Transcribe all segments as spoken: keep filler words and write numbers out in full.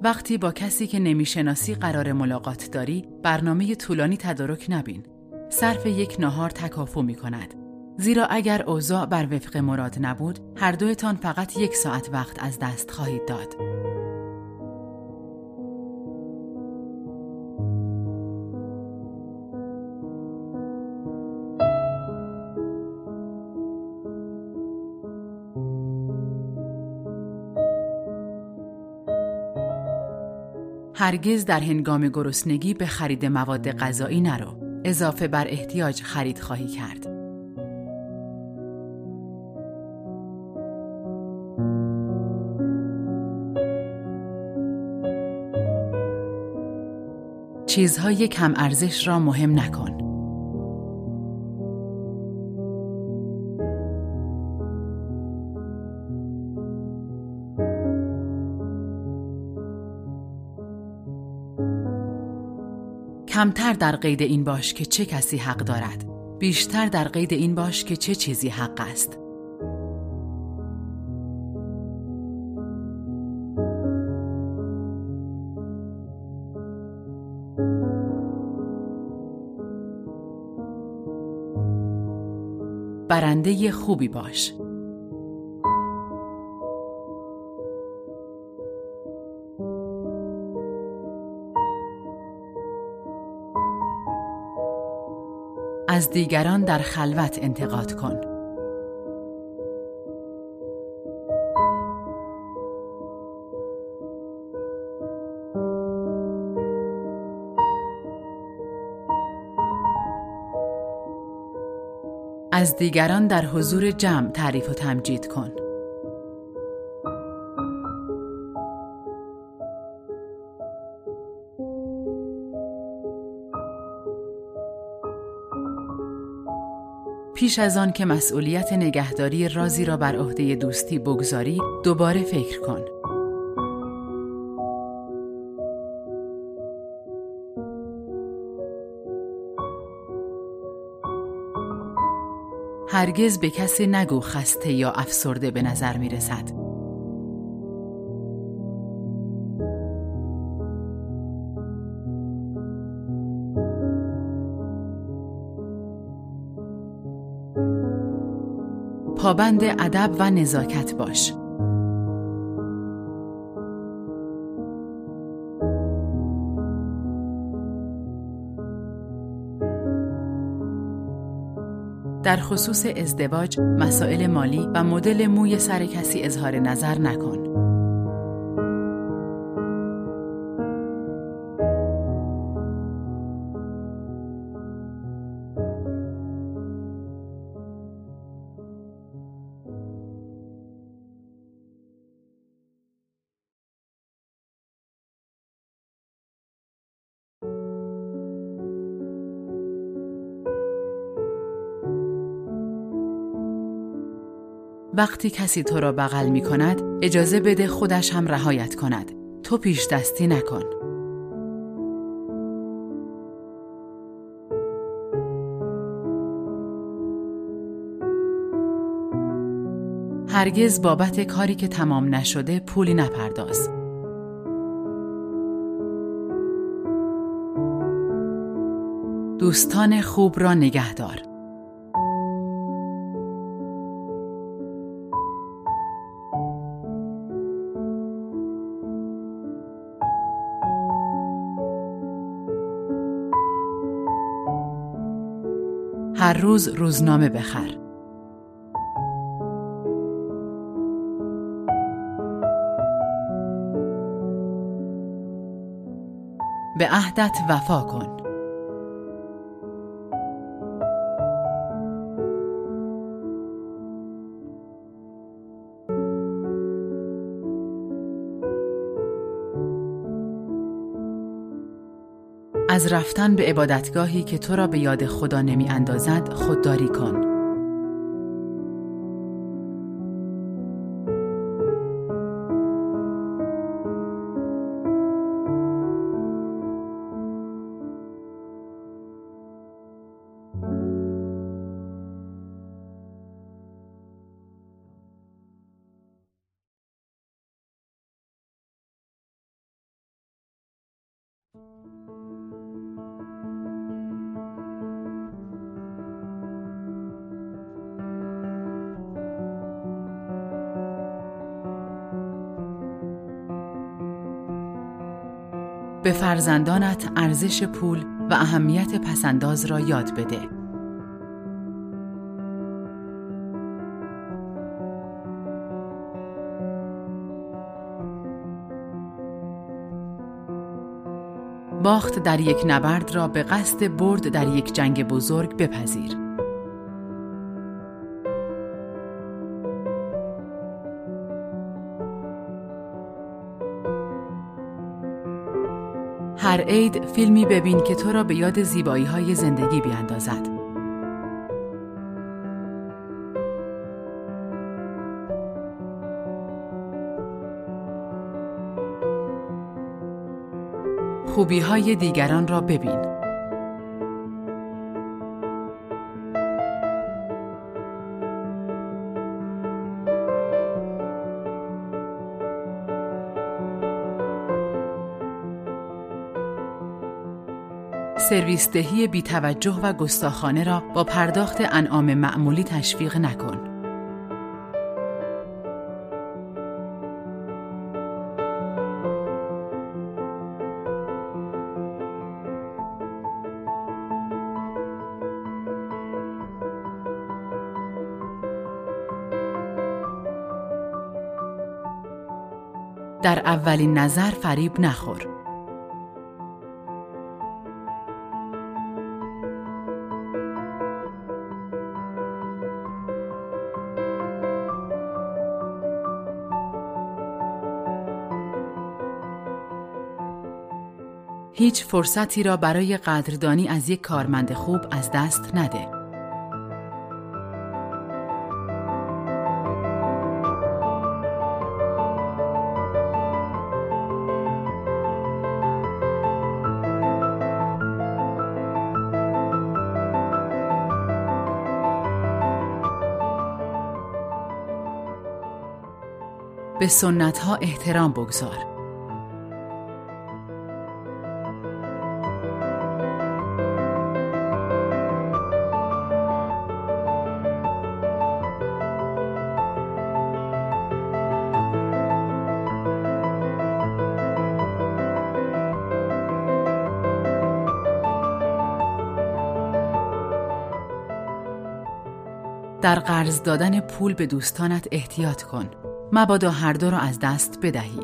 وقتی با کسی که نمیشناسی قرار ملاقات داری، برنامه طولانی تدارک نبین. صرف یک ناهار تکافو می کند. زیرا اگر اوضاع بر وفق مراد نبود، هر دویتان فقط یک ساعت وقت از دست خواهید داد. هرگز در هنگام گرسنگی به خرید مواد غذایی نرو. اضافه بر احتیاج خرید خواهی کرد. چیزهای کم ارزش را مهم نکن. کمتر در قید این باش که چه کسی حق دارد. بیشتر در قید این باش که چه چیزی حق است. برنده خوبی باش. از دیگران در خلوت انتقاد کن. از دیگران در حضور جمع تعریف و تمجید کن. پیش از آن که مسئولیت نگهداری رازی را بر عهده دوستی بگذاری، دوباره فکر کن. هرگز به کسی نگو خسته یا افسرده به نظر می رسد. پابند ادب و نزاکت باش. در خصوص ازدواج، مسائل مالی و مدل موی سر کسی اظهار نظر نکن. وقتی کسی تو را بغل می کند، اجازه بده خودش هم رهایت کند. تو پیش دستی نکن. هرگز بابت کاری که تمام نشده پولی نپرداز. دوستان خوب را نگه دار. هر روز روزنامه بخر. به عهدت وفا کن. از رفتن به عبادتگاهی که تو را به یاد خدا نمی اندازد خودداری کن. به فرزندانت ارزش پول و اهمیت پسنداز را یاد بده. باخت در یک نبرد را به قصد برد در یک جنگ بزرگ بپذیر. هر عید فیلمی ببین که تو را به یاد زیبایی‌های زندگی بیاندازد. خوبی‌های دیگران را ببین. سرویس دهی بی‌توجه و گستاخانه را با پرداخت انعام معمولی تشویق نکن. در اولین نظر فریب نخور. هیچ فرصتی را برای قدردانی از یک کارمند خوب از دست نده. به سنت‌ها احترام بگذار. در قرض دادن پول به دوستانت احتیاط کن. مبادا هر دو را از دست بدهی.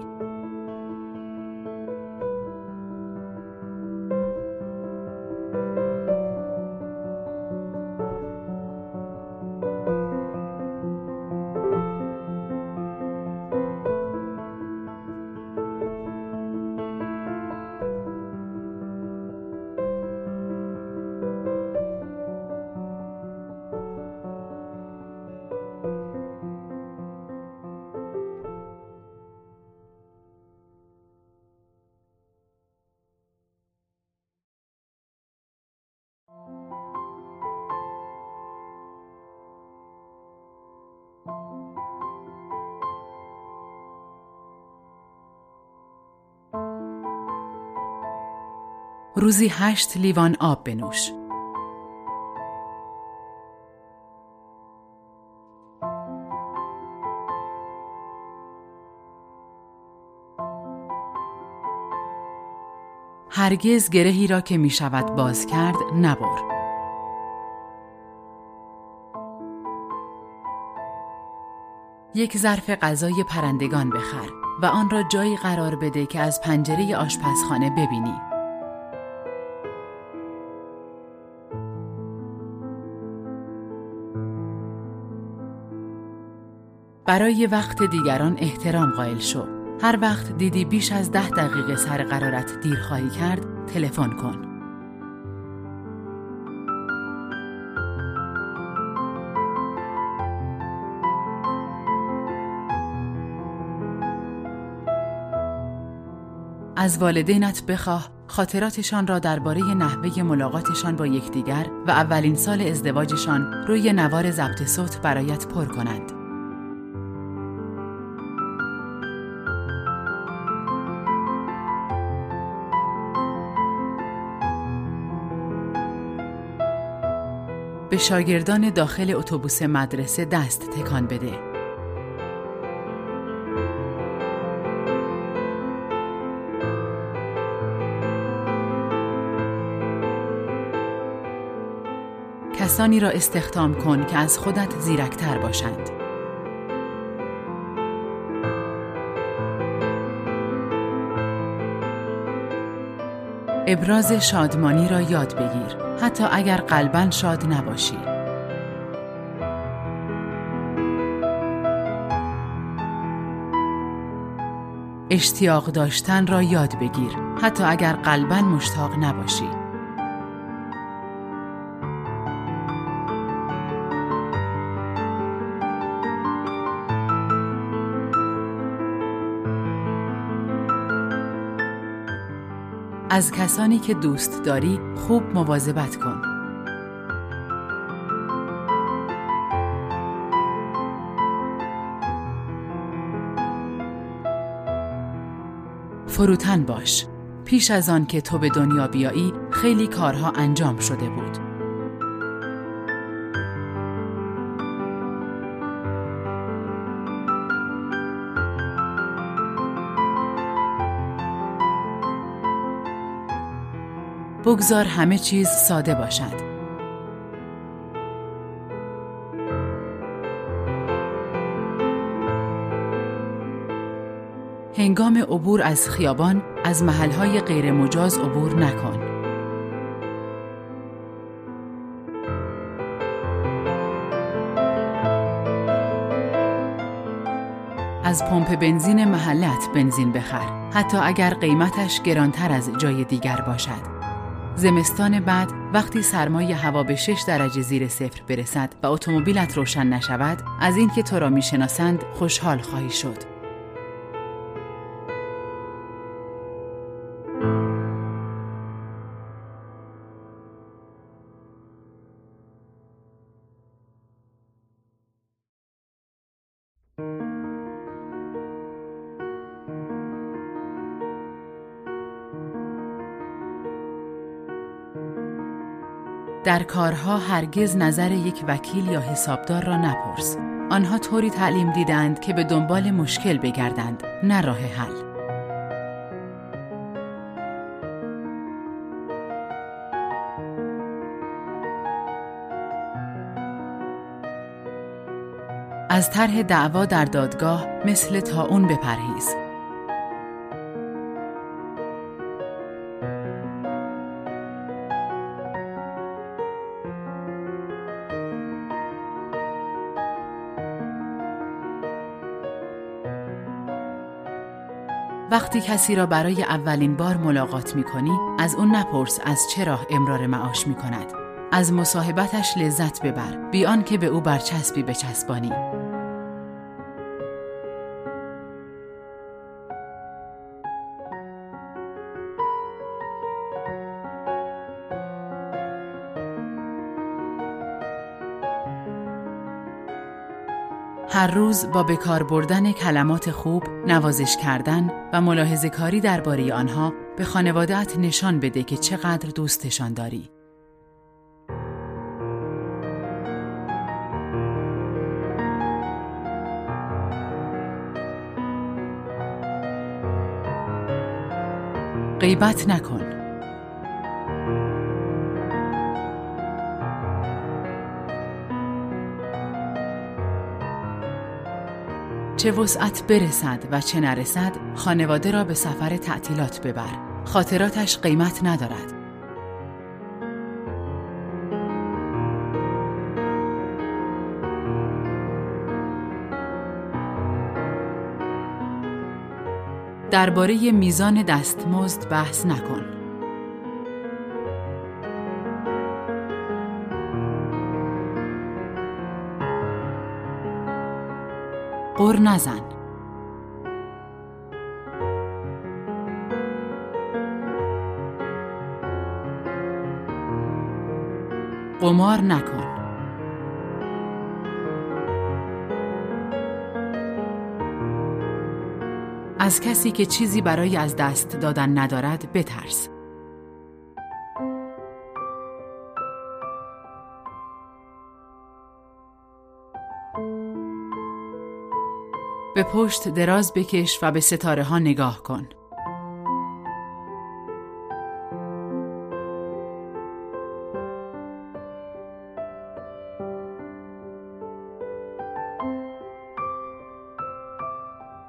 روزی هشت لیوان آب بنوش. هرگز گرهی را که می شود باز کرد نبر. یک ظرف غذای پرندگان بخر و آن را جایی قرار بده که از پنجره آشپزخانه ببینی. برای وقت دیگران احترام قائل شو. هر وقت دیدی بیش از ده دقیقه سر قرارت دیر خواهی کرد، تلفن کن. از والدینت بخواه خاطراتشان را درباره نحوه ملاقاتشان با یکدیگر و اولین سال ازدواجشان روی نوار ضبط صوت برایت پر کنند. به شاگردان داخل اتوبوس مدرسه دست تکان بده. کسانی را استخدام کن که از خودت زیرکتر باشند. ابراز شادمانی را یاد بگیر، حتی اگر قلباً شاد نباشی. اشتیاق داشتن را یاد بگیر، حتی اگر قلباً مشتاق نباشی. از کسانی که دوست داری خوب مواظبت کن. فروتن باش. پیش از آن که تو به دنیا بیایی خیلی کارها انجام شده بود. بگذار همه چیز ساده باشد. هنگام عبور از خیابان از محلهای غیر مجاز عبور نکن. از پمپ بنزین محلت بنزین بخر، حتی اگر قیمتش گرانتر از جای دیگر باشد. زمستان بعد وقتی سرمای هوا به شش درجه زیر صفر برسد و اتومبیلت روشن نشود، از اینکه تو را میشناسند خوشحال خواهی شد. در کارها هرگز نظر یک وکیل یا حسابدار را نپرس. آنها طوری تعلیم دیدند که به دنبال مشکل بگردند، نه راه حل. از طرح دعوا در دادگاه مثل طاعون بپرهیز. وقتی کسی را برای اولین بار ملاقات می‌کنی، از اون نپرس از چه راه امرار معاش می‌کند. از مصاحبتش لذت ببر، بی آنکه به او برچسبی بچسبانی. هر روز با به کار بردن کلمات خوب، نوازش کردن و ملاحظه کاری درباره آنها به خانواده‌ات نشان بده که چقدر دوستشان داری. غیبت نکن. چه وسعت برسد و چه نرسد، خانواده را به سفر تعطیلات ببر. خاطراتش قیمت ندارد. درباره میزان دستمزد بحث نکن. غر نزن. قمار نکن. از کسی که چیزی برای از دست دادن ندارد بترس. به پشت دراز بکش و به ستاره ها نگاه کن.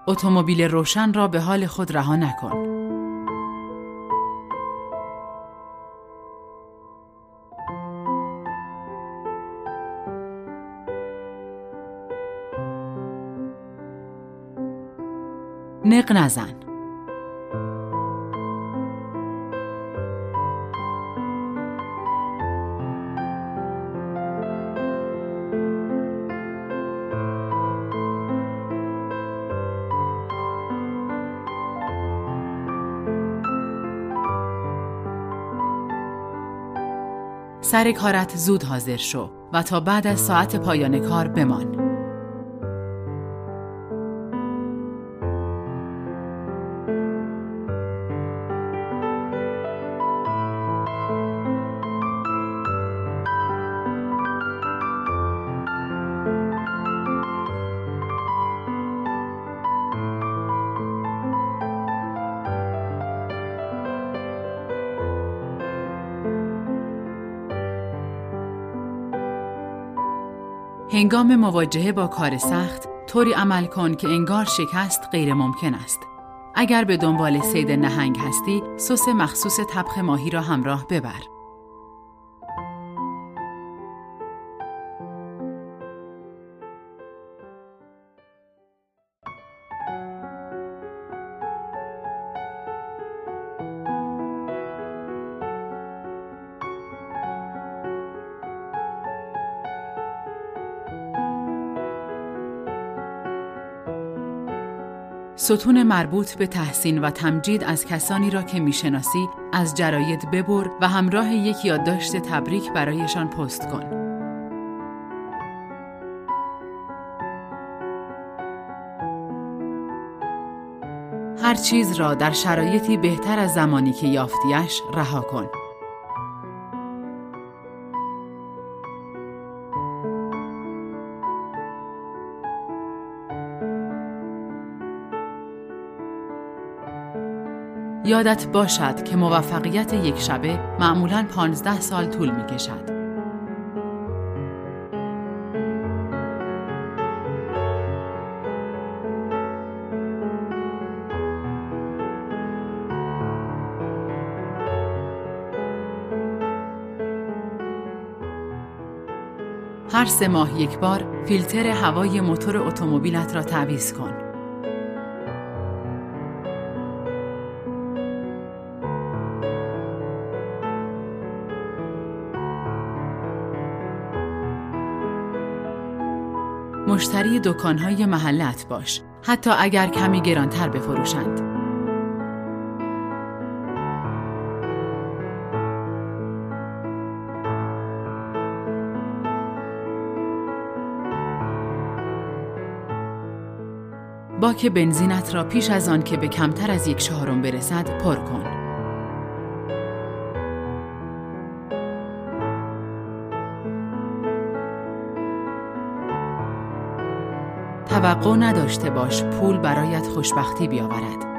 اتومبیل روشن را به حال خود رها نکن. نق نزن. سر کارت زود حاضر شو و تا بعد از ساعت پایان کار بمان. هنگام مواجهه با کار سخت، طوری عمل کن که انگار شکست غیر ممکن است. اگر به دنبال صید نهنگ هستی، سس مخصوص طبخ ماهی را همراه ببر. ستون مربوط به تحسین و تمجید از کسانی را که میشناسی از جراید ببر و همراه یک یادداشت تبریک برایشان پست کن. هر چیز را در شرایطی بهتر از زمانی که یافتیش رها کن. یادت باشد که موفقیت یک شبه معمولاً پانزده سال طول می کشد. هر سه ماه یک بار فیلتر هوای موتور اتومبیلت را تعویض کن. مشتری دکان‌های محلت باش، حتی اگر کمی گرانتر بفروشند. باک بنزینت را پیش از آن که به کمتر از یک چهارم برسد پر کن. توقع نداشته باش پول برایت خوشبختی بیاورد.